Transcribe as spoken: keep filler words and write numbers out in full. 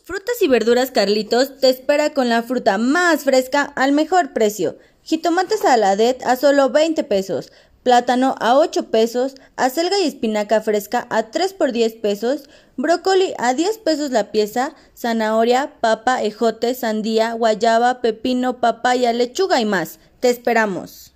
Frutas y verduras Carlitos te espera con la fruta más fresca al mejor precio. Jitomate saladet a solo veinte pesos, plátano a ocho pesos, acelga y espinaca fresca a tres por diez pesos, brócoli a diez pesos la pieza, zanahoria, papa, ejote, sandía, guayaba, pepino, papaya, lechuga y más. Te esperamos.